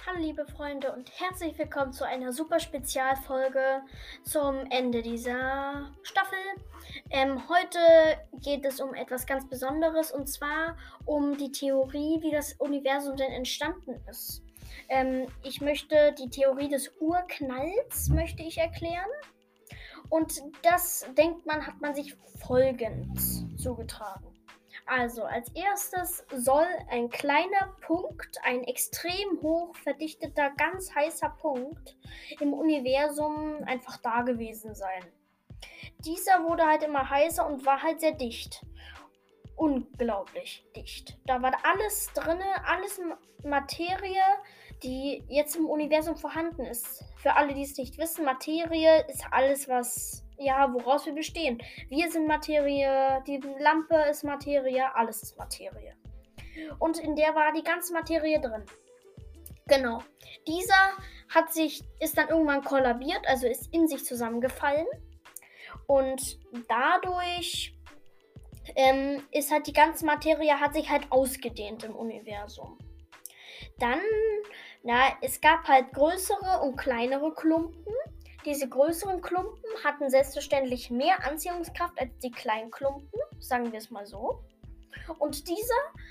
Hallo liebe Freunde und herzlich willkommen zu einer super Spezialfolge zum Ende dieser Staffel. Heute geht es um etwas ganz Besonderes und zwar um die Theorie, wie das Universum denn entstanden ist. Ich möchte die Theorie des Urknalls erklären und das hat man sich folgendes zugetragen. Also, als erstes soll ein kleiner Punkt, ein extrem hoch verdichteter, ganz heißer Punkt im Universum einfach da gewesen sein. Dieser wurde halt immer heißer und war halt sehr dicht. Unglaublich dicht. Da war alles drin, alles Materie, die jetzt im Universum vorhanden ist. Für alle, die es nicht wissen, Materie ist alles, woraus wir bestehen. Wir sind Materie, die Lampe ist Materie, alles ist Materie. Und in der war die ganze Materie drin. Genau. Dieser ist dann irgendwann kollabiert, also ist in sich zusammengefallen. Und dadurch ist halt die ganze Materie hat sich halt ausgedehnt im Universum. Dann, es gab halt größere und kleinere Klumpen. Diese größeren Klumpen hatten selbstverständlich mehr Anziehungskraft als die kleinen Klumpen, sagen wir es mal so. Und die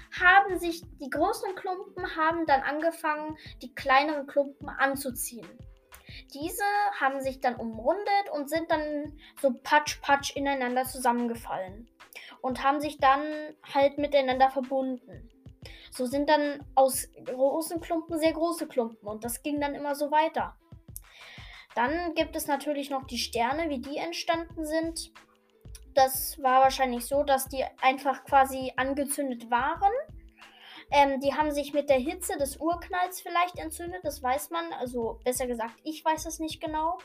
großen Klumpen haben dann angefangen, die kleineren Klumpen anzuziehen. Diese haben sich dann umrundet und sind dann so patsch ineinander zusammengefallen und haben sich dann halt miteinander verbunden. So sind dann aus großen Klumpen sehr große Klumpen und das ging dann immer so weiter. Dann gibt es natürlich noch die Sterne, wie die entstanden sind. Das war wahrscheinlich so, dass die einfach quasi angezündet waren. Die haben sich mit der Hitze des Urknalls vielleicht entzündet, das weiß man. Also besser gesagt, ich weiß es nicht genau.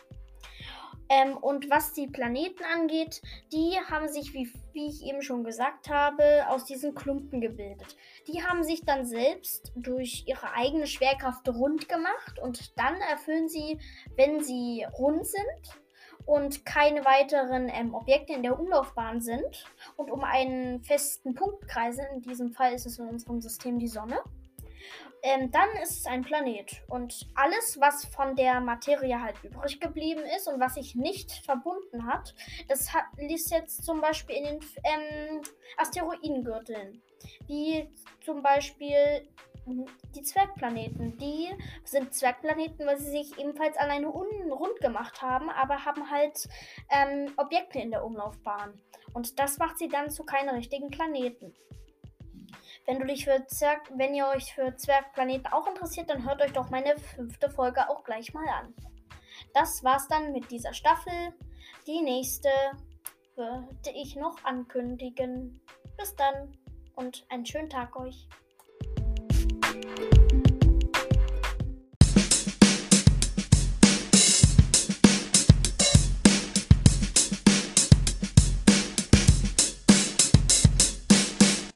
Und was die Planeten angeht, die haben sich, wie ich eben schon gesagt habe, aus diesen Klumpen gebildet. Die haben sich dann selbst durch ihre eigene Schwerkraft rund gemacht und dann erfüllen sie, wenn sie rund sind und keine weiteren Objekte in der Umlaufbahn sind und um einen festen Punkt kreisen, in diesem Fall ist es in unserem System die Sonne, dann ist es ein Planet. Und alles, was von der Materie halt übrig geblieben ist und was sich nicht verbunden hat, liegt jetzt zum Beispiel in den Asteroidengürteln. Wie zum Beispiel die Zwergplaneten. Die sind Zwergplaneten, weil sie sich ebenfalls alleine rund gemacht haben, aber haben halt Objekte in der Umlaufbahn. Und das macht sie dann zu keinen richtigen Planeten. Wenn ihr euch für Zwergplaneten auch interessiert, dann hört euch doch meine 5. Folge auch gleich mal an. Das war's dann mit dieser Staffel. Die nächste würde ich noch ankündigen. Bis dann und einen schönen Tag euch.